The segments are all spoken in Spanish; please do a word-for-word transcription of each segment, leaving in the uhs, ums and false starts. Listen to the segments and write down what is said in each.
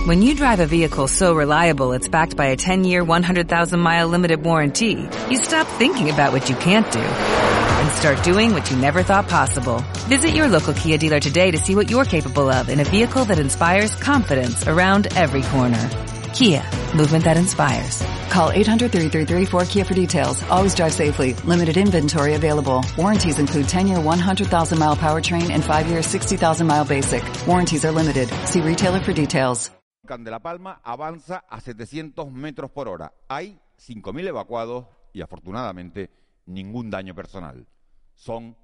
When you drive a vehicle so reliable it's backed by a ten-year, one hundred thousand mile limited warranty, you stop thinking about what you can't do and start doing what you never thought possible. Visit your local Kia dealer today to see what you're capable of in a vehicle that inspires confidence around every corner. Kia, movement that inspires. Call eight hundred, three three three, four Kia for details. Always drive safely. Limited inventory available. Warranties include ten-year, one hundred thousand mile powertrain and five-year, sixty thousand mile basic. Warranties are limited. See retailer for details. De La Palma avanza a setecientos metros por hora. Hay cinco mil evacuados y afortunadamente ningún daño personal. Son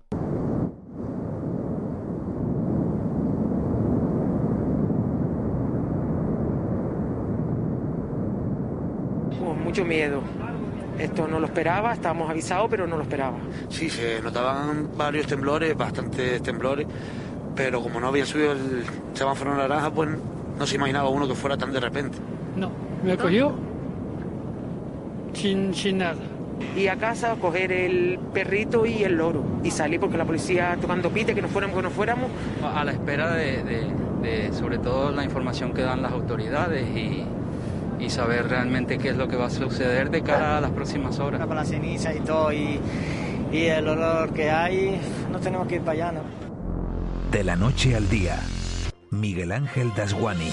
con mucho miedo. Esto no lo esperaba, estábamos avisados, pero no lo esperaba. Sí, se notaban varios temblores, bastantes temblores, pero como no había subido el semáforo naranja, pues no se imaginaba uno que fuera tan de repente. No, me cogió sin, sin nada. Y a casa a coger el perrito y el loro. Y salí porque la policía tocando pite, que no fuéramos, que no fuéramos. A la espera de, de, de sobre todo la información que dan las autoridades y, y saber realmente qué es lo que va a suceder de cara a las próximas horas. Para la ceniza y todo, y, y el olor que hay, no tenemos que ir para allá, ¿no? De la noche al día. Miguel Ángel Dasguani.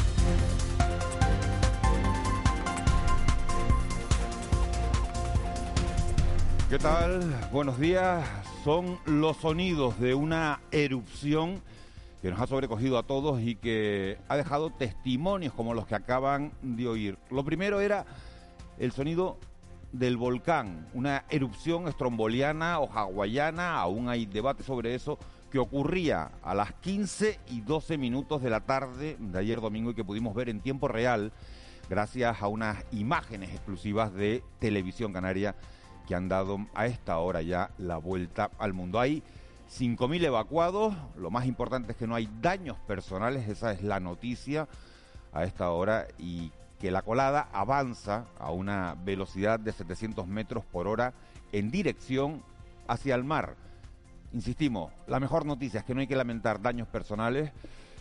¿Qué tal? Buenos días. Son los sonidos de una erupción que nos ha sobrecogido a todos y que ha dejado testimonios como los que acaban de oír. Lo primero era el sonido del volcán, una erupción estromboliana o hawaiana, aún hay debate sobre eso, que ocurría a las quince y doce minutos de la tarde de ayer domingo y que pudimos ver en tiempo real gracias a unas imágenes exclusivas de Televisión Canaria que han dado a esta hora ya la vuelta al mundo. Hay cinco mil evacuados, lo más importante es que no hay daños personales, esa es la noticia a esta hora, y que la colada avanza a una velocidad de setecientos metros por hora en dirección hacia el mar. Insistimos, la mejor noticia es que no hay que lamentar daños personales.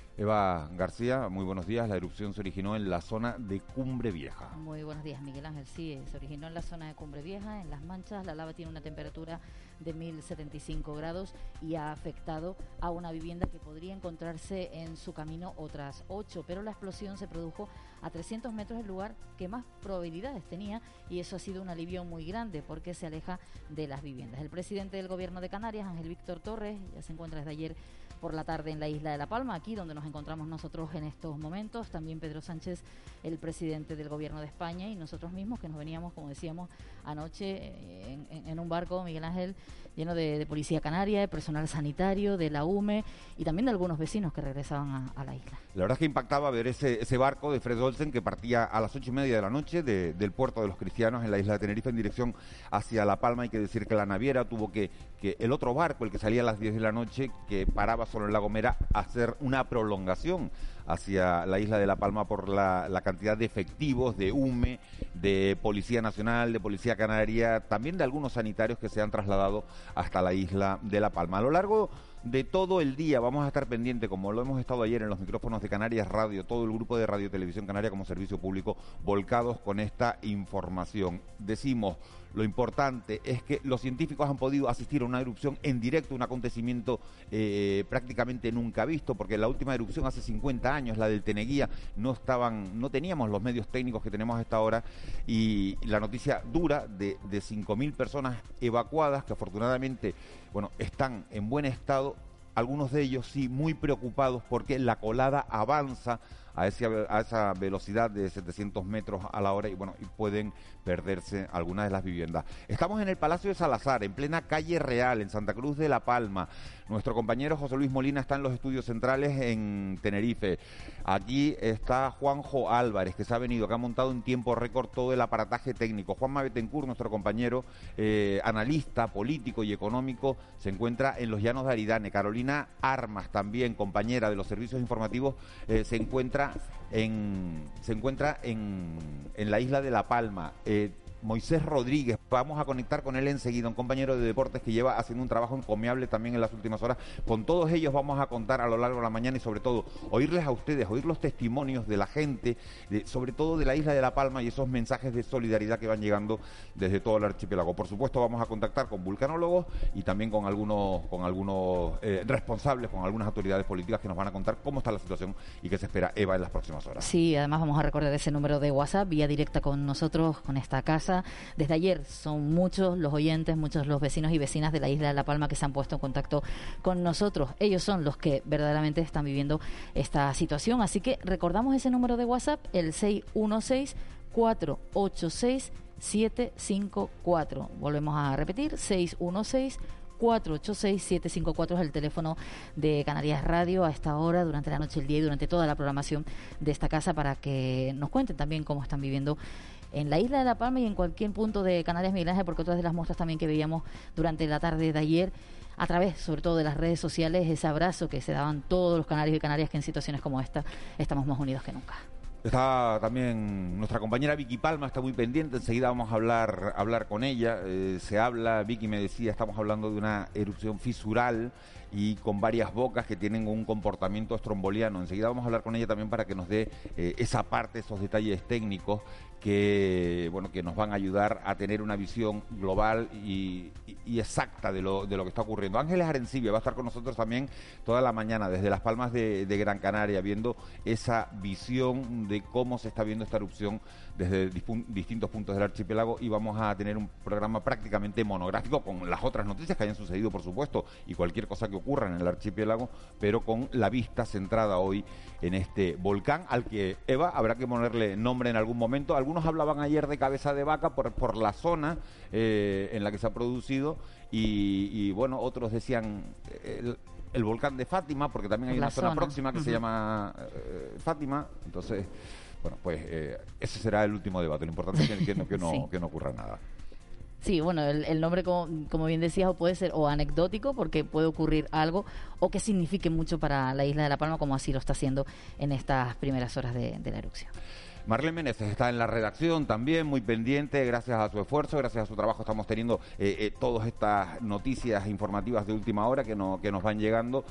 Eva García, muy buenos días. La erupción se originó en la zona de Cumbre Vieja. Muy buenos días, Miguel Ángel. Sí, se originó en la zona de Cumbre Vieja, en Las Manchas. La lava tiene una temperatura de mil setenta y cinco grados y ha afectado a una vivienda que podría encontrarse en su camino otras ocho, pero la explosión se produjo a trescientos metros del lugar que más probabilidades tenía y eso ha sido un alivio muy grande porque se aleja de las viviendas. El presidente del Gobierno de Canarias, Ángel Víctor Torres, ya se encuentra desde ayer por la tarde en la isla de La Palma, aquí donde nos encontramos nosotros en estos momentos. También Pedro Sánchez, el presidente del Gobierno de España, y nosotros mismos que nos veníamos, como decíamos anoche, en, en, en un barco, Miguel Ángel, lleno de, de policía canaria, de personal sanitario, de la U M E y también de algunos vecinos que regresaban a, a la isla. La verdad es que impactaba ver ese, ese barco de Fred Olsen que partía a las ocho y media de la noche de, del puerto de los Cristianos en la isla de Tenerife en dirección hacia La Palma. Hay que decir que la naviera tuvo que, que el otro barco, el que salía a las diez de la noche, que paraba solo en La Gomera, hacer una prolongación hacia la isla de La Palma por la, la cantidad de efectivos de U M E, de Policía Nacional, de Policía Canaria, también de algunos sanitarios que se han trasladado hasta la isla de La Palma. A lo largo de todo el día vamos a estar pendientes, como lo hemos estado ayer en los micrófonos de Canarias Radio, todo el grupo de Radio Televisión Canaria como servicio público, volcados con esta información. Decimos, lo importante es que los científicos han podido asistir a una erupción en directo, un acontecimiento eh, prácticamente nunca visto, porque la última erupción hace cincuenta años, la del Teneguía, no estaban, no teníamos los medios técnicos que tenemos a esta hora, y la noticia dura de, de cinco mil personas evacuadas, que afortunadamente, bueno, están en buen estado, algunos de ellos sí muy preocupados porque la colada avanza a, ese, a esa velocidad de setecientos metros a la hora y bueno, y pueden perderse algunas de las viviendas. Estamos en el Palacio de Salazar, en plena calle Real, en Santa Cruz de La Palma. Nuestro compañero José Luis Molina está en los estudios centrales en Tenerife. Aquí está Juanjo Álvarez, que se ha venido, que ha montado en tiempo récord todo el aparataje técnico. Juanma Betancourt, nuestro compañero eh, analista político y económico, se encuentra en los Llanos de Aridane. Carolina Armas, también compañera de los servicios informativos, eh, se encuentra en se encuentra en, en la isla de La Palma. Eh, Moisés Rodríguez. Vamos a conectar con él enseguida, un compañero de deportes que lleva haciendo un trabajo encomiable también en las últimas horas. Con todos ellos vamos a contar a lo largo de la mañana y sobre todo oírles a ustedes, oír los testimonios de la gente, de, sobre todo de la isla de La Palma y esos mensajes de solidaridad que van llegando desde todo el archipiélago. Por supuesto vamos a contactar con vulcanólogos y también con algunos, con algunos eh, responsables, con algunas autoridades políticas que nos van a contar cómo está la situación y qué se espera, Eva, en las próximas horas. Sí, además vamos a recordar ese número de WhatsApp, vía directa con nosotros, con esta casa. Desde ayer son muchos los oyentes, muchos los vecinos y vecinas de la isla de La Palma que se han puesto en contacto con nosotros. Ellos son los que verdaderamente están viviendo esta situación. Así que recordamos ese número de WhatsApp, el seis uno seis, cuatro ocho seis, siete cinco cuatro. Volvemos a repetir, seis uno seis, cuatro ocho seis, siete cinco cuatro es el teléfono de Canarias Radio a esta hora, durante la noche, el día y durante toda la programación de esta casa, para que nos cuenten también cómo están viviendo en la isla de La Palma y en cualquier punto de Canarias, Miguel Ángel, porque otras de las muestras también que veíamos durante la tarde de ayer, a través sobre todo de las redes sociales, ese abrazo que se daban todos los canarios y canarias que en situaciones como esta estamos más unidos que nunca. Está también nuestra compañera Vicky Palma, está muy pendiente, enseguida vamos a hablar, hablar con ella. Eh, se habla, Vicky me decía, estamos hablando de una erupción fisural y con varias bocas que tienen un comportamiento estromboliano. Enseguida vamos a hablar con ella también para que nos dé eh, esa parte, esos detalles técnicos que bueno que nos van a ayudar a tener una visión global y, y, y exacta de lo, de lo que está ocurriendo. Ángeles Arencibia va a estar con nosotros también toda la mañana desde Las Palmas de, de Gran Canaria, viendo esa visión de cómo se está viendo esta erupción desde distintos puntos del archipiélago, y vamos a tener un programa prácticamente monográfico con las otras noticias que hayan sucedido, por supuesto, y cualquier cosa que ocurra en el archipiélago, pero con la vista centrada hoy en este volcán al que, Eva, habrá que ponerle nombre en algún momento. Algunos hablaban ayer de cabeza de vaca por, por la zona eh, en la que se ha producido y, y bueno, otros decían el, el volcán de Fátima, porque también hay la una zona, zona próxima que uh-huh. se llama eh, Fátima. Entonces, bueno, pues eh, ese será el último debate. Lo importante es que, que, no, que, no, sí. que no ocurra nada. Sí, bueno, el, el nombre, como, como bien decías, puede ser o anecdótico, porque puede ocurrir algo, o que signifique mucho para la isla de La Palma, como así lo está haciendo en estas primeras horas de, de la erupción. Marlene Meneses está en la redacción también, muy pendiente, gracias a su esfuerzo, gracias a su trabajo estamos teniendo eh, eh, todas estas noticias informativas de última hora que, no, que nos van llegando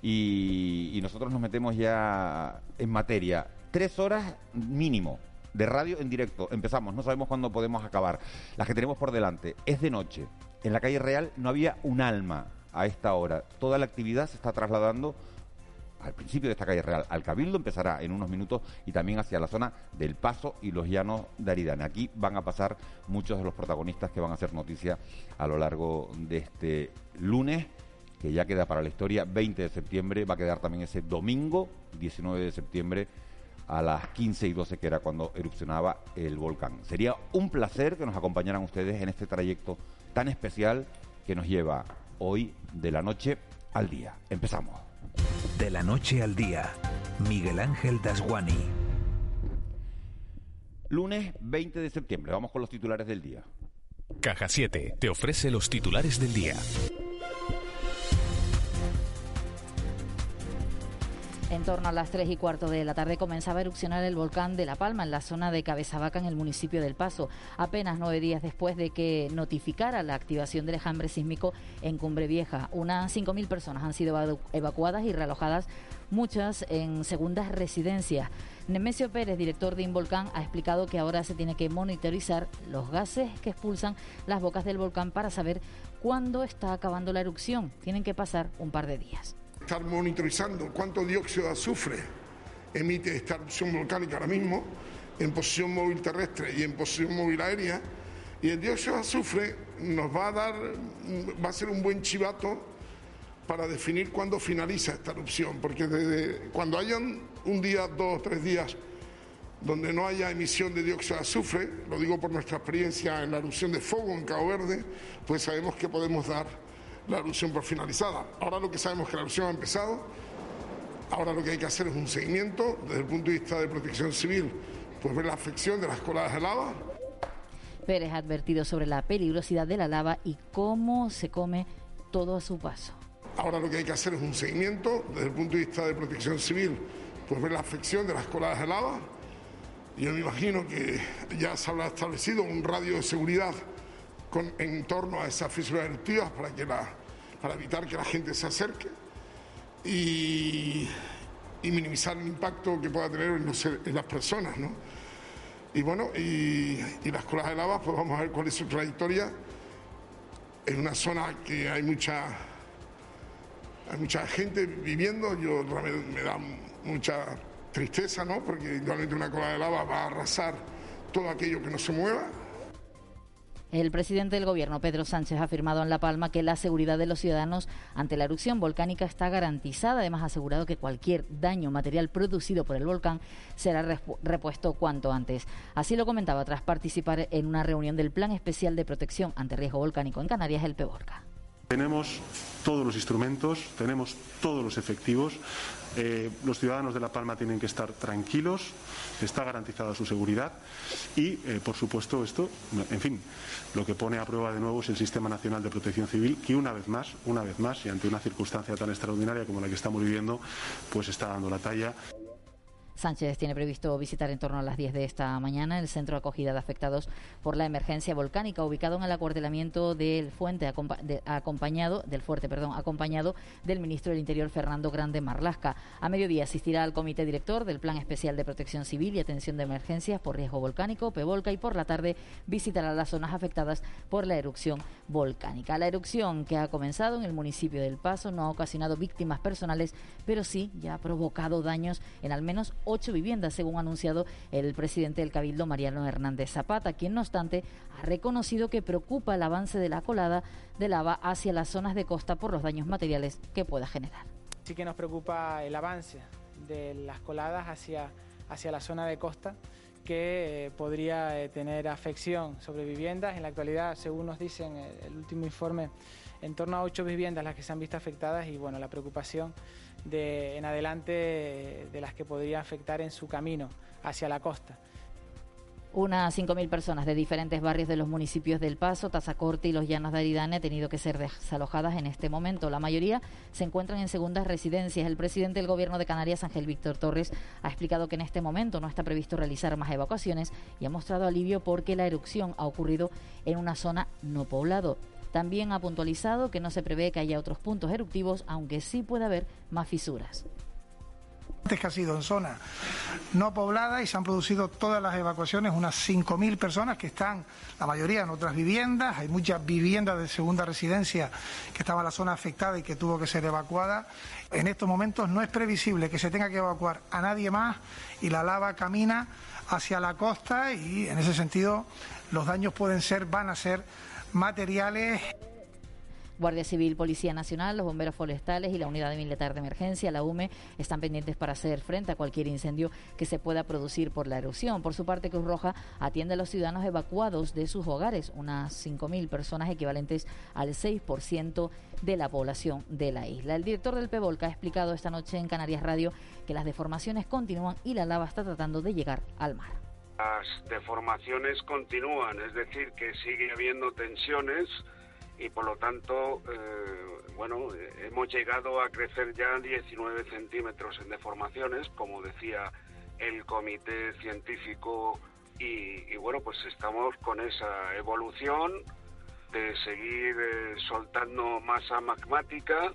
y, y nosotros nos metemos ya en materia. Tres horas mínimo de radio en directo. Empezamos, no sabemos cuándo podemos acabar. Las que tenemos por delante. Es de noche. En la calle Real no había un alma a esta hora. Toda la actividad se está trasladando al principio de esta calle Real. Al Cabildo empezará en unos minutos y también hacia la zona del Paso y los Llanos de Aridane. Aquí van a pasar muchos de los protagonistas que van a hacer noticia a lo largo de este lunes, que ya queda para la historia, veinte de septiembre. Va a quedar también ese domingo, diecinueve de septiembre, a las quince y doce, que era cuando erupcionaba el volcán. Sería un placer que nos acompañaran ustedes en este trayecto tan especial que nos lleva hoy de la noche al día. Empezamos. De la noche al día, Miguel Ángel Dasguani. Lunes veinte de septiembre, vamos con los titulares del día. Caja siete te ofrece los titulares del día. En torno a las tres y cuarto de la tarde comenzaba a erupcionar el volcán de La Palma en la zona de Cabeza Vaca, en el municipio del Paso, apenas nueve días después de que notificara la activación del enjambre sísmico en Cumbre Vieja. Unas cinco mil personas han sido evacu- evacuadas y realojadas, muchas en segundas residencias. Nemesio Pérez, director de Involcán, ha explicado que ahora se tiene que monitorizar los gases que expulsan las bocas del volcán para saber cuándo está acabando la erupción. Tienen que pasar un par de días. Estar monitorizando cuánto dióxido de azufre emite esta erupción volcánica ahora mismo en posición móvil terrestre y en posición móvil aérea, y el dióxido de azufre nos va a dar, va a ser un buen chivato para definir cuándo finaliza esta erupción, porque desde cuando hayan un día, dos o tres días donde no haya emisión de dióxido de azufre, lo digo por nuestra experiencia en la erupción de Fogo en Cabo Verde, pues sabemos que podemos dar la erupción por finalizada. Ahora lo que sabemos es que la erupción ha empezado, ahora lo que hay que hacer es un seguimiento desde el punto de vista de protección civil, pues ver la afección de las coladas de lava. Pérez ha advertido sobre la peligrosidad de la lava y cómo se come todo a su paso. Ahora lo que hay que hacer es un seguimiento desde el punto de vista de protección civil, pues ver la afección de las coladas de lava Yo me imagino que ya se habrá establecido un radio de seguridad con, en torno a esas fisuras eruptivas para, que la, para evitar que la gente se acerque y, y minimizar el impacto que pueda tener en, los, en las personas, ¿no? Y bueno, y, y las colas de lava, pues vamos a ver cuál es su trayectoria. Es una zona que hay mucha, hay mucha gente viviendo. Yo me, me da mucha tristeza, ¿no? Porque igualmente una cola de lava va a arrasar todo aquello que no se mueva. El presidente del Gobierno, Pedro Sánchez, ha afirmado en La Palma que la seguridad de los ciudadanos ante la erupción volcánica está garantizada. Además, ha asegurado que cualquier daño material producido por el volcán será repuesto cuanto antes. Así lo comentaba tras participar en una reunión del Plan Especial de Protección ante Riesgo Volcánico en Canarias, el PEVOLCA. Tenemos todos los instrumentos, tenemos todos los efectivos. Eh, los ciudadanos de La Palma tienen que estar tranquilos, está garantizada su seguridad y, eh, por supuesto, esto, en fin, lo que pone a prueba de nuevo es el Sistema Nacional de Protección Civil, que una vez más, una vez más, y ante una circunstancia tan extraordinaria como la que estamos viviendo, pues está dando la talla. Sánchez tiene previsto visitar en torno a las diez de esta mañana el centro de acogida de afectados por la emergencia volcánica, ubicado en el acuartelamiento del Fuente, acompañado del Fuerte, perdón, acompañado del ministro del Interior, Fernando Grande Marlaska. A mediodía asistirá al comité director del Plan Especial de Protección Civil y Atención de Emergencias por Riesgo Volcánico, PEVOLCA, y por la tarde visitará las zonas afectadas por la erupción volcánica. La erupción, que ha comenzado en el municipio del Paso, no ha ocasionado víctimas personales, pero sí ya ha provocado daños en al menos ocho viviendas, según ha anunciado el presidente del Cabildo, Mariano Hernández Zapata, quien, no obstante, ha reconocido que preocupa el avance de la colada de lava hacia las zonas de costa por los daños materiales que pueda generar. Sí que nos preocupa el avance de las coladas hacia, hacia la zona de costa, que eh, podría eh, tener afección sobre viviendas. En la actualidad, según nos dicen el, el último informe, en torno a ocho viviendas las que se han visto afectadas y, bueno, la preocupación de en adelante de las que podría afectar en su camino hacia la costa. Unas cinco mil personas de diferentes barrios de los municipios del Paso, Tazacorte y Los Llanos de Aridane han tenido que ser desalojadas en este momento. La mayoría se encuentran en segundas residencias. El presidente del Gobierno de Canarias, Ángel Víctor Torres, ha explicado que en este momento no está previsto realizar más evacuaciones y ha mostrado alivio porque la erupción ha ocurrido en una zona no poblada. También ha puntualizado que no se prevé que haya otros puntos eruptivos, aunque sí puede haber más fisuras. Que ha sido en zona no poblada y se han producido todas las evacuaciones, unas cinco mil personas que están, la mayoría en otras viviendas. Hay muchas viviendas de segunda residencia que estaban en la zona afectada y que tuvo que ser evacuada. En estos momentos no es previsible que se tenga que evacuar a nadie más y la lava camina hacia la costa y en ese sentido los daños pueden ser, van a ser materiales. Guardia Civil, Policía Nacional, los bomberos forestales y la Unidad Militar de Emergencia, la U M E, están pendientes para hacer frente a cualquier incendio que se pueda producir por la erupción. Por su parte, Cruz Roja atiende a los ciudadanos evacuados de sus hogares, unas cinco mil personas, equivalentes al seis por ciento de la población de la isla. El director del PEVOLCA ha explicado esta noche en Canarias Radio que las deformaciones continúan y la lava está tratando de llegar al mar. Las deformaciones continúan, es decir, que sigue habiendo tensiones y por lo tanto, eh, bueno, hemos llegado a crecer ya diecinueve centímetros en deformaciones, como decía el comité científico, y, y bueno, pues estamos con esa evolución de seguir eh, soltando masa magmática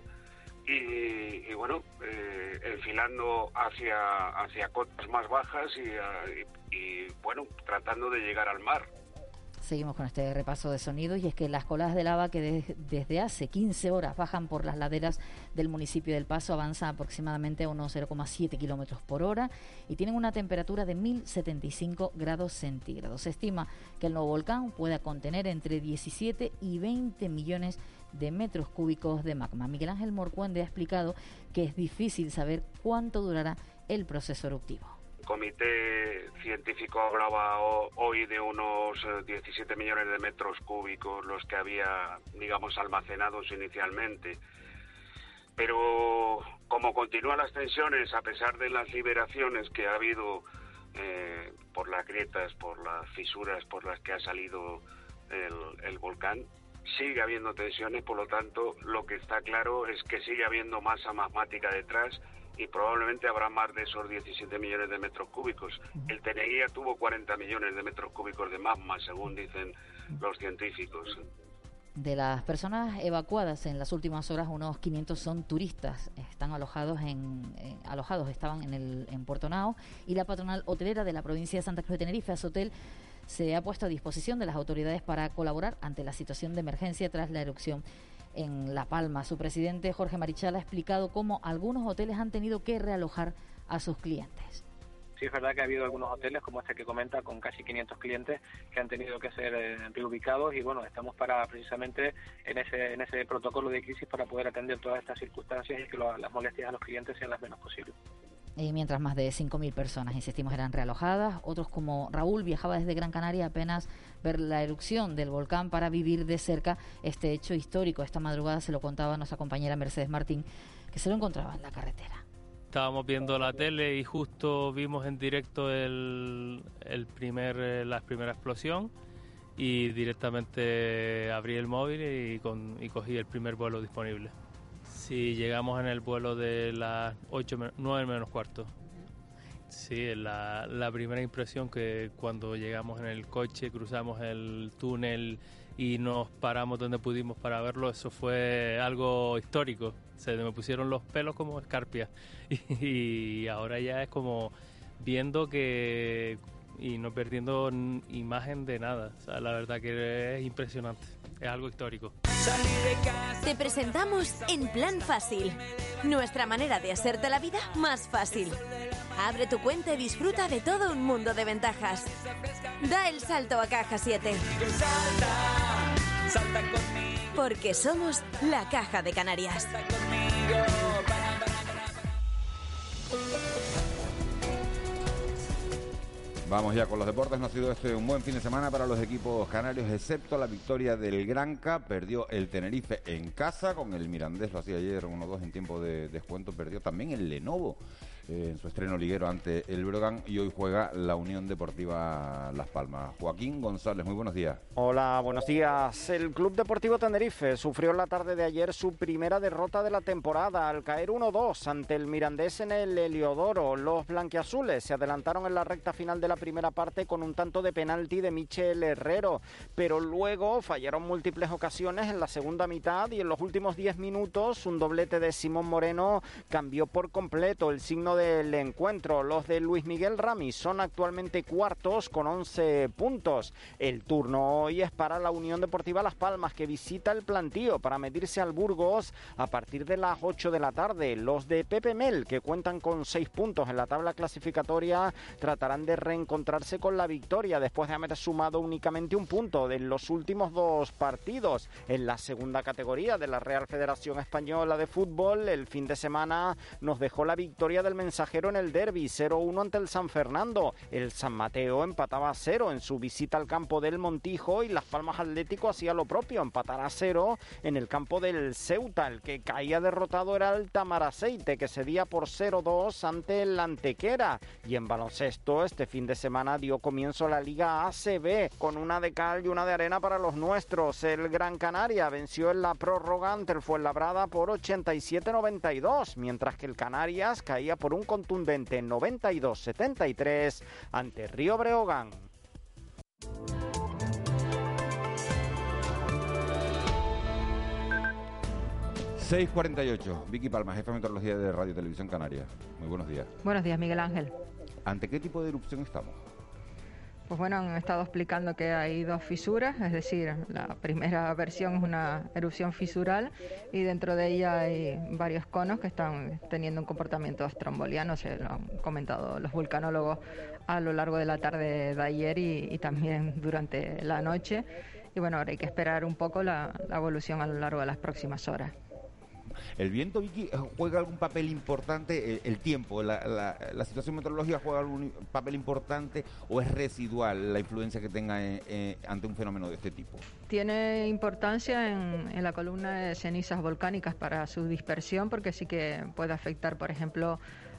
y, y bueno, eh, enfilando hacia, hacia cotas más bajas y, y, y bueno, tratando de llegar al mar. Seguimos con este repaso de sonidos y es que las coladas de lava que de, desde hace quince horas bajan por las laderas del municipio del Paso avanzan aproximadamente a unos cero coma siete kilómetros por hora y tienen una temperatura de mil setenta y cinco grados centígrados. Se estima que el nuevo volcán pueda contener entre diecisiete y veinte millones de metros cúbicos de magma. Miguel Ángel Morcuende ha explicado que es difícil saber cuánto durará el proceso eruptivo. El comité científico hablaba hoy de unos diecisiete millones de metros cúbicos los que había, digamos, almacenados inicialmente. Pero como continúan las tensiones, a pesar de las liberaciones que ha habido eh, por las grietas, por las fisuras por las que ha salido el, el volcán, sigue habiendo tensiones, por lo tanto, lo que está claro es que sigue habiendo masa magmática detrás y probablemente habrá más de esos diecisiete millones de metros cúbicos. El Teneguía tuvo cuarenta millones de metros cúbicos de magma, según dicen los científicos. De las personas evacuadas en las últimas horas, unos quinientos son turistas. Están alojados en, eh, alojados estaban en el en Puerto Nao, y la patronal hotelera de la provincia de Santa Cruz de Tenerife, Azotel, se ha puesto a disposición de las autoridades para colaborar ante la situación de emergencia tras la erupción en La Palma. Su presidente, Jorge Marichal, ha explicado cómo algunos hoteles han tenido que realojar a sus clientes. Sí, es verdad que ha habido algunos hoteles, como este que comenta, con casi quinientos clientes que han tenido que ser eh, reubicados, y bueno, estamos para precisamente en ese en ese protocolo de crisis para poder atender todas estas circunstancias y que lo, las molestias a los clientes sean las menos posibles. Y mientras más de cinco mil personas, insistimos, eran realojadas, otros como Raúl viajaba desde Gran Canaria apenas ver la erupción del volcán para vivir de cerca este hecho histórico. Esta madrugada se lo contaba nuestra compañera Mercedes Martín, que se lo encontraba en la carretera. Estábamos viendo la tele y justo vimos en directo el, el primer, eh, la primera explosión, y directamente abrí el móvil y, con, y cogí el primer vuelo disponible. Sí, llegamos en el vuelo de las ocho, nueve menos cuarto. Sí, la, la primera impresión que cuando llegamos en el coche, cruzamos el túnel y nos paramos donde pudimos para verlo, eso fue algo histórico. Se me pusieron los pelos como escarpias y, y ahora ya es como viendo que y no perdiendo imagen de nada. O sea, la verdad que es impresionante, es algo histórico. Te presentamos En Plan Fácil, nuestra manera de hacerte la vida más fácil. Abre tu cuenta y disfruta de todo un mundo de ventajas. Da el salto a Caja siete. Porque somos la Caja de Canarias. Vamos ya con los deportes. No ha sido este un buen fin de semana para los equipos canarios, excepto la victoria del Granca. Perdió el Tenerife en casa con el Mirandés, lo hacía ayer uno dos en tiempo de descuento. Perdió también el Lenovo eh, en su estreno liguero ante el Breogán, y hoy juega la Unión Deportiva Las Palmas. Joaquín González, muy buenos días. Hola, buenos días. El Club Deportivo Tenerife sufrió la tarde de ayer su primera derrota de la temporada al caer uno dos ante el Mirandés en el Heliodoro. Los blanquiazules se adelantaron en la recta final de la primera parte con un tanto de penalti de Michel Herrero, pero luego fallaron múltiples ocasiones en la segunda mitad, y en los últimos diez minutos un doblete de Simón Moreno cambió por completo el signo del encuentro. Los de Luis Miguel Ramis son actualmente cuartos con once puntos. El turno hoy es para la Unión Deportiva Las Palmas, que visita el Plantío para medirse al Burgos a partir de las ocho de la tarde. Los de Pepe Mel, que cuentan con seis puntos en la tabla clasificatoria, tratarán de reencontrarse encontrarse con la victoria después de haber sumado únicamente un punto en los últimos dos partidos. En la segunda categoría de la Real Federación Española de Fútbol, el fin de semana nos dejó la victoria del Mensajero en el derbi cero uno ante el San Fernando. El San Mateo empataba a cero en su visita al campo del Montijo, y Las Palmas Atlético hacía lo propio, empatar a cero en el campo del Ceuta. El que caía derrotado era el Tamaraceite, que cedía por cero dos ante el Antequera. Y en baloncesto, este fin de semana dio comienzo la Liga A C B con una de cal y una de arena para los nuestros. El Gran Canaria venció en la prórroga ante el Fuenlabrada por ochenta y siete a noventa y dos, mientras que el Canarias caía por un contundente noventa y dos a setenta y tres ante Río Breogán. seis cuarenta y ocho. Vicky Palma, jefa de meteorología de Radio Televisión Canaria. Muy buenos días. Buenos días, Miguel Ángel. ¿Ante qué tipo de erupción estamos? Pues bueno, han estado explicando que hay dos fisuras, es decir, la primera versión es una erupción fisural, y dentro de ella hay varios conos que están teniendo un comportamiento estromboliano, se lo han comentado los vulcanólogos a lo largo de la tarde de ayer y, y también durante la noche. Y bueno, ahora hay que esperar un poco la, la evolución a lo largo de las próximas horas. ¿El viento, Vicky, juega algún papel importante? ¿El, el tiempo, la, la, la situación meteorológica juega algún papel importante, o es residual la influencia que tenga eh, eh, ante un fenómeno de este tipo? Tiene importancia en, en la columna de cenizas volcánicas para su dispersión, porque sí que puede afectar, por ejemplo,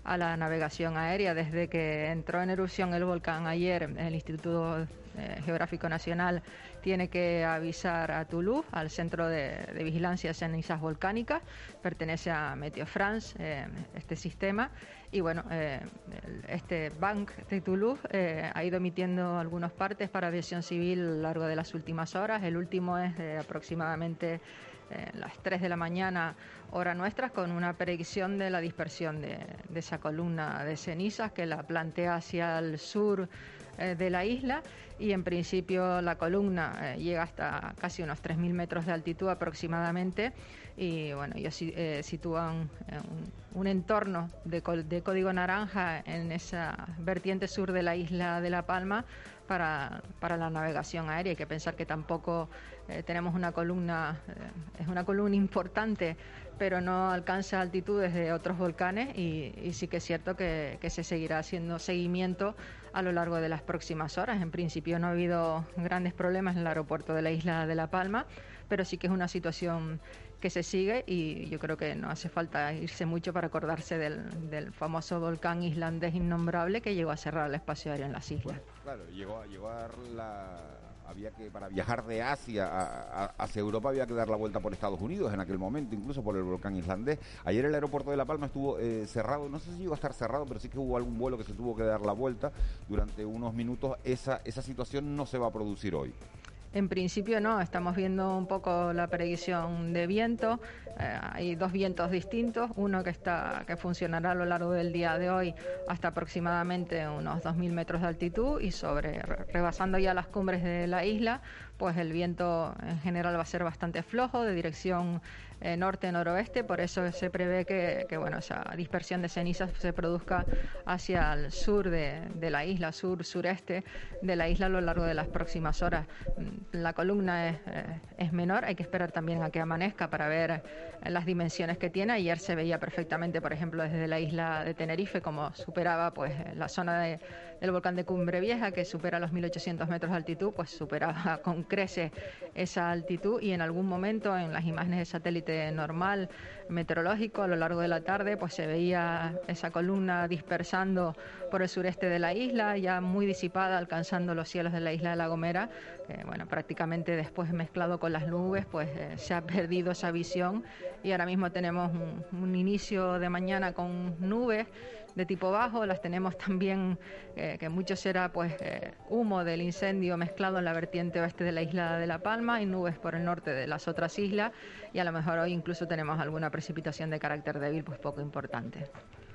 a la navegación aérea. Desde que entró en erupción el volcán ayer, el Instituto eh, Geográfico Nacional tiene que avisar a Toulouse, al Centro de, de Vigilancia de Cenizas Volcánicas, pertenece a Meteo France, eh, este sistema, y bueno, eh, este Banc de Toulouse eh, ha ido emitiendo algunos partes para aviación civil a lo largo de las últimas horas. El último es de aproximadamente eh, las tres de la mañana, hora nuestra, con una predicción de la dispersión de, de esa columna de cenizas que la plantea hacia el sur eh, de la isla, y en principio la columna eh, llega hasta casi unos tres mil metros de altitud aproximadamente, y bueno, ellos eh, sitúan eh, un, un entorno de, de código naranja en esa vertiente sur de la isla de La Palma para, para la navegación aérea. Hay que pensar que tampoco eh, tenemos una columna, eh, es una columna importante, pero no alcanza altitudes de otros volcanes, y, y sí que es cierto que, que se seguirá haciendo seguimiento a lo largo de las próximas horas. En principio no ha habido grandes problemas en el aeropuerto de la isla de La Palma, pero sí que es una situación que se sigue, y yo creo que no hace falta irse mucho para acordarse del, del famoso volcán islandés innombrable que llegó a cerrar el espacio aéreo en las islas. Bueno, claro, llegó a llevar la... Había que, para viajar de Asia a, a, hacia Europa, había que dar la vuelta por Estados Unidos en aquel momento, incluso por el volcán islandés. Ayer el aeropuerto de La Palma estuvo eh, cerrado, no sé si llegó a estar cerrado, pero sí que hubo algún vuelo que se tuvo que dar la vuelta durante unos minutos. Esa, esa situación no se va a producir hoy. En principio no, estamos viendo un poco la predicción de viento. Eh, hay dos vientos distintos, uno que está que funcionará a lo largo del día de hoy hasta aproximadamente unos dos mil metros de altitud, y sobre rebasando ya las cumbres de la isla, pues el viento en general va a ser bastante flojo, de dirección eh, norte-noroeste. Por eso se prevé que, que bueno, esa dispersión de cenizas se produzca hacia el sur de, de la isla, sur-sureste de la isla a lo largo de las próximas horas. La columna es, eh, es menor, hay que esperar también a que amanezca para ver eh, las dimensiones que tiene. Ayer se veía perfectamente, por ejemplo, desde la isla de Tenerife, como superaba pues la zona de, del volcán de Cumbre Vieja, que supera los mil ochocientos metros de altitud, pues superaba con creces esa altitud, y en algún momento en las imágenes de satélite normal meteorológico a lo largo de la tarde pues se veía esa columna dispersando por el sureste de la isla, ya muy disipada, alcanzando los cielos de la isla de La Gomera, que bueno, prácticamente después mezclado con las nubes pues eh, se ha perdido esa visión, y ahora mismo tenemos un, un inicio de mañana con nubes de tipo bajo. Las tenemos también, eh, que mucho será pues eh, humo del incendio mezclado en la vertiente oeste de la isla de La Palma, y nubes por el norte de las otras islas, y a lo mejor hoy incluso tenemos alguna precipitación de carácter débil, pues poco importante.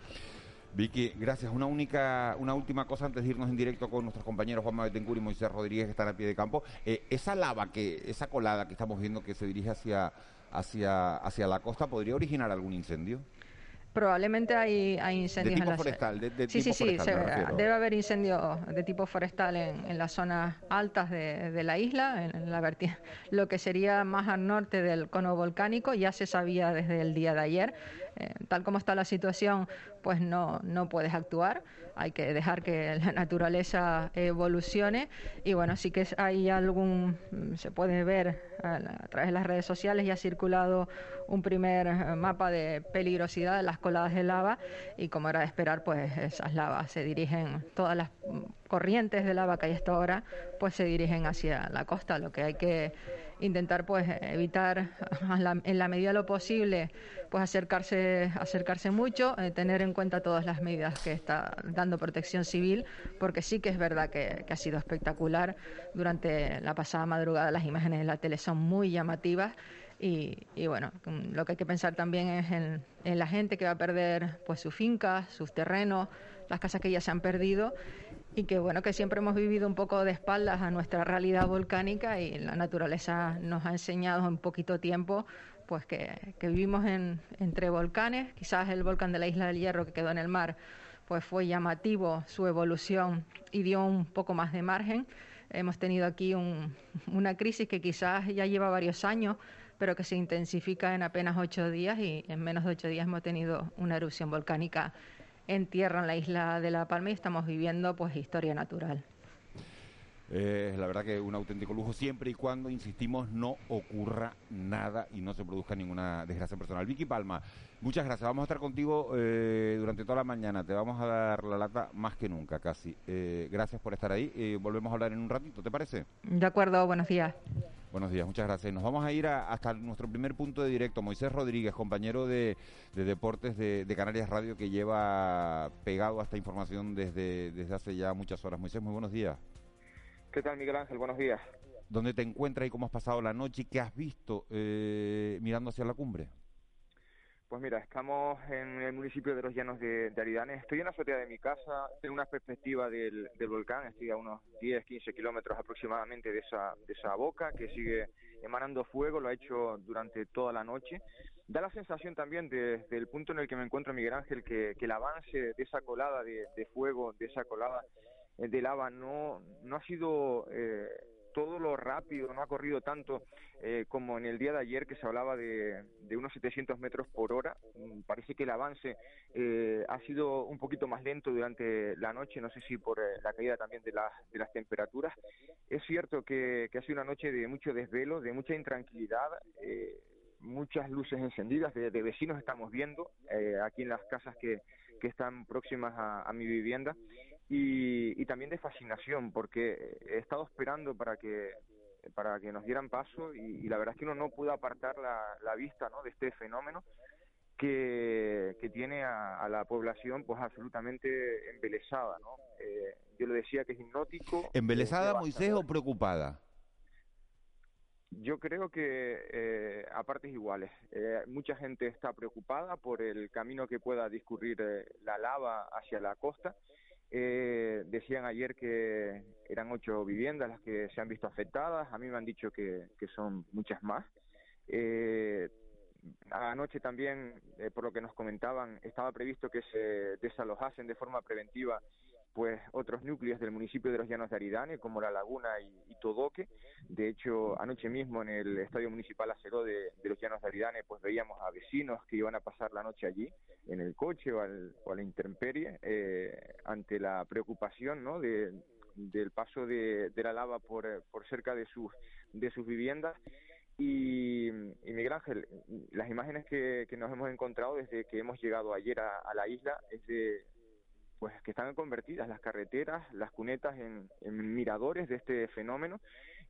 Vicky, gracias. Una única, una última cosa antes de irnos en directo con nuestros compañeros Juanma Betancur y Moisés Rodríguez, que están a pie de campo. Eh, esa lava, que esa colada que estamos viendo que se dirige hacia, hacia, hacia la costa, ¿podría originar algún incendio? Probablemente hay, hay incendios de tipo en la forestal, de, de sí, tipo sí, forestal, sí, se, debe haber incendios de tipo forestal en, en las zonas altas de, de la isla, en, en la verti- lo que sería más al norte del cono volcánico. Ya se sabía desde el día de ayer. Eh, tal como está la situación, pues no, no puedes actuar, hay que dejar que la naturaleza evolucione, y bueno, sí que hay algún, se puede ver a, a través de las redes sociales, ya ha circulado un primer mapa de peligrosidad de las coladas de lava, y como era de esperar, pues esas lavas se dirigen, todas las corrientes de lava que hay hasta ahora, pues se dirigen hacia la costa. Lo que hay que intentar pues evitar en la medida de lo posible pues acercarse acercarse mucho, eh, tener en cuenta todas las medidas que está dando Protección Civil, porque sí que es verdad que, que ha sido espectacular durante la pasada madrugada. Las imágenes de la tele son muy llamativas, y, y bueno, lo que hay que pensar también es en, en la gente que va a perder pues sus fincas, sus terrenos, las casas que ya se han perdido, y que bueno, que siempre hemos vivido un poco de espaldas a nuestra realidad volcánica, y la naturaleza nos ha enseñado en poquito tiempo pues que, que vivimos en, entre volcanes. Quizás el volcán de la Isla del Hierro, que quedó en el mar, pues fue llamativo su evolución y dio un poco más de margen. Hemos tenido aquí un, una crisis que quizás ya lleva varios años, pero que se intensifica en apenas ocho días, y en menos de ocho días hemos tenido una erupción volcánica en tierra en la isla de La Palma, y estamos viviendo pues historia natural. Eh, la verdad que un auténtico lujo, siempre y cuando, insistimos, no ocurra nada y no se produzca ninguna desgracia personal. Vicky Palma, muchas gracias. Vamos a estar contigo eh, durante toda la mañana. Te vamos a dar la lata más que nunca, casi. Eh, gracias por estar ahí. Eh, volvemos a hablar en un ratito, ¿te parece? De acuerdo, buenos días. Buenos días, muchas gracias. Nos vamos a ir a, hasta nuestro primer punto de directo. Moisés Rodríguez, compañero de, de Deportes de, de Canarias Radio, que lleva pegado a esta información desde, desde hace ya muchas horas. Moisés, muy buenos días. ¿Qué tal, Miguel Ángel? Buenos días. ¿Dónde te encuentras y cómo has pasado la noche y qué has visto eh, mirando hacia la cumbre? Pues mira, estamos en el municipio de Los Llanos de, de Aridane. Estoy en la azotea de mi casa, tengo una perspectiva del, del volcán, estoy a unos diez, quince kilómetros aproximadamente de esa, de esa boca que sigue emanando fuego, lo ha hecho durante toda la noche. Da la sensación también de, desde el punto en el que me encuentro, Miguel Ángel, que, que el avance de esa colada de, de fuego, de esa colada de lava no, no ha sido eh, todo lo rápido, no ha corrido tanto eh, como en el día de ayer, que se hablaba de, de unos setecientos metros por hora. Parece que el avance eh, ha sido un poquito más lento durante la noche, no sé si por eh, la caída también de, la, de las temperaturas. Es cierto que, que ha sido una noche de mucho desvelo, de mucha intranquilidad, eh, muchas luces encendidas, de, de vecinos estamos viendo eh, aquí en las casas que, que están próximas a, a mi vivienda. Y, y también de fascinación, porque he estado esperando para que para que nos dieran paso y, y la verdad es que uno no pudo apartar la, la vista, ¿no?, de este fenómeno que, que tiene a, a la población pues absolutamente embelesada, ¿no? Eh, yo le decía que es hipnótico. ¿Embelesada, Moisés, o preocupada? Yo creo que eh, a partes iguales. Eh, mucha gente está preocupada por el camino que pueda discurrir eh, la lava hacia la costa. Eh, decían ayer que eran ocho viviendas las que se han visto afectadas, a mí me han dicho que, que son muchas más. Eh, anoche también, eh, por lo que nos comentaban, estaba previsto que se desalojasen de forma preventiva pues otros núcleos del municipio de Los Llanos de Aridane, como La Laguna y, y Todoque. De hecho, anoche mismo en el Estadio Municipal Aceró de, de Los Llanos de Aridane, pues veíamos a vecinos que iban a pasar la noche allí, en el coche o, al, o a la intemperie, eh, ante la preocupación, ¿no?, de, del paso de, de la lava por, por cerca de sus, de sus viviendas. Y, y Miguel Ángel, las imágenes que, que nos hemos encontrado desde que hemos llegado ayer a, a la isla es de... pues que están convertidas las carreteras, las cunetas en, en miradores de este fenómeno.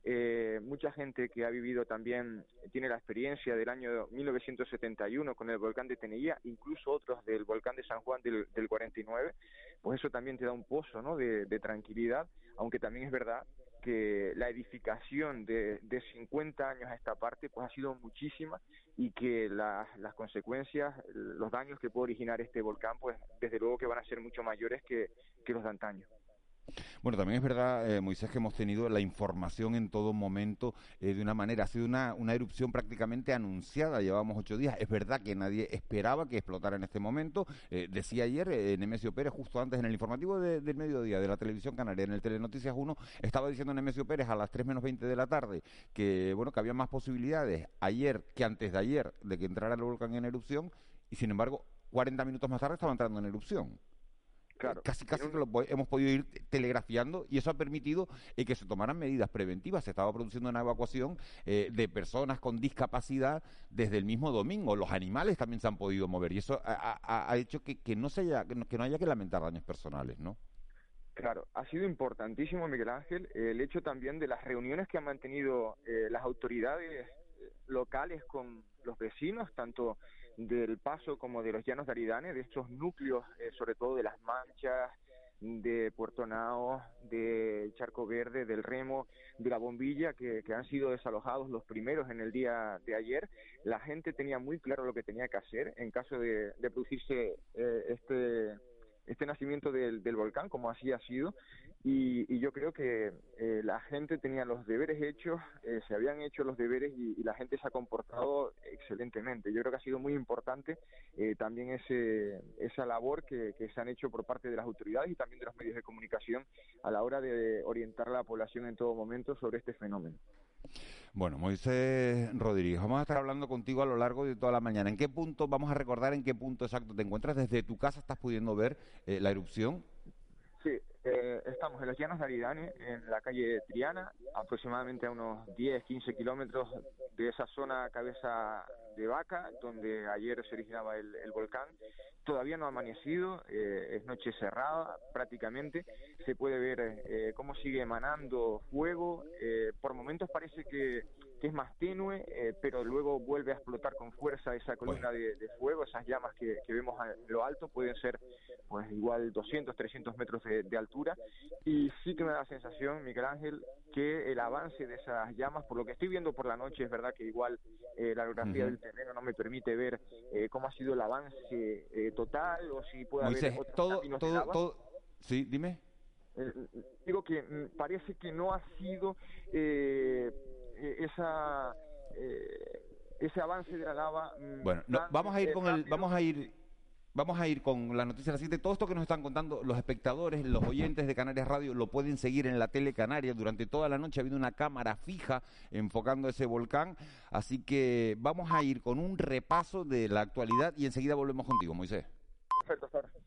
Eh, mucha gente que ha vivido también tiene la experiencia del año mil novecientos setenta y uno con el volcán de Tenella, incluso otros del volcán de San Juan del, del cuarenta y nueve, pues eso también te da un pozo, ¿no?, de, de tranquilidad, aunque también es verdad que la edificación de, de cincuenta años a esta parte pues ha sido muchísima y que la, las consecuencias, los daños que puede originar este volcán pues desde luego que van a ser mucho mayores que, que los de antaño. Bueno, también es verdad, eh, Moisés, que hemos tenido la información en todo momento eh, de una manera. Ha sido una, una erupción prácticamente anunciada, llevamos ocho días. Es verdad que nadie esperaba que explotara en este momento. Eh, decía ayer eh, Nemesio Pérez, justo antes en el informativo de, del mediodía de la televisión canaria, en el Telenoticias uno, estaba diciendo Nemesio Pérez a las tres menos veinte de la tarde que, bueno, que había más posibilidades ayer que antes de ayer de que entrara el volcán en erupción, y sin embargo, cuarenta minutos más tarde estaba entrando en erupción. Claro. Casi casi que lo hemos podido ir telegrafiando y eso ha permitido eh, que se tomaran medidas preventivas. Se estaba produciendo una evacuación eh, de personas con discapacidad desde el mismo domingo. Los animales también se han podido mover y eso ha, ha, ha hecho que, que, no se haya, que, no, que no haya que lamentar daños personales, ¿no? Claro, ha sido importantísimo, Miguel Ángel, el hecho también de las reuniones que han mantenido eh, las autoridades locales con los vecinos, tanto del Paso como de Los Llanos de Aridane, de estos núcleos, eh, sobre todo de Las Manchas, de Puerto Nao, de Charco Verde, del Remo, de La Bombilla, que, que han sido desalojados los primeros en el día de ayer. La gente tenía muy claro lo que tenía que hacer en caso de, de producirse eh, este... este nacimiento del, del volcán, como así ha sido, y, y yo creo que eh, la gente tenía los deberes hechos, eh, se habían hecho los deberes y, y la gente se ha comportado excelentemente. Yo creo que ha sido muy importante eh, también ese esa labor que, que se han hecho por parte de las autoridades y también de los medios de comunicación a la hora de orientar a la población en todo momento sobre este fenómeno. Bueno, Moisés Rodríguez, vamos a estar hablando contigo a lo largo de toda la mañana. ¿En qué punto, vamos a recordar en qué punto exacto te encuentras? ¿Desde tu casa estás pudiendo ver eh, la erupción? Sí, Eh, estamos en los Llanos de Aridane, en la calle Triana, aproximadamente a unos diez, quince kilómetros de esa zona cabeza de vaca, donde ayer se originaba el, el volcán. Todavía no ha amanecido, eh, es noche cerrada prácticamente, se puede ver eh, cómo sigue emanando fuego, eh, por momentos parece que, que es más tenue, eh, pero luego vuelve a explotar con fuerza esa columna de, de fuego, esas llamas que, que vemos a lo alto pueden ser pues igual doscientos, trescientos metros de, de altura, y sí que me da la sensación, Miguel Ángel, que el avance de esas llamas, por lo que estoy viendo por la noche, es verdad que igual eh, la orografía uh-huh. del terreno no me permite ver eh, cómo ha sido el avance eh, total, o si puede Moisés, haber otros todo, caminos todo, de lava. todo, sí, dime. Eh, digo que mm, parece que no ha sido eh, esa eh, ese avance de la lava. Mm, bueno, no, tan, vamos a ir eh, con rápido. el, vamos a ir. Vamos a ir con la noticia de la siguiente. Todo esto que nos están contando los espectadores, los oyentes de Canarias Radio, lo pueden seguir en la tele Canaria. Durante toda la noche ha habido una cámara fija enfocando ese volcán. Así que vamos a ir con un repaso de la actualidad y enseguida volvemos contigo, Moisés. Perfecto, Sara.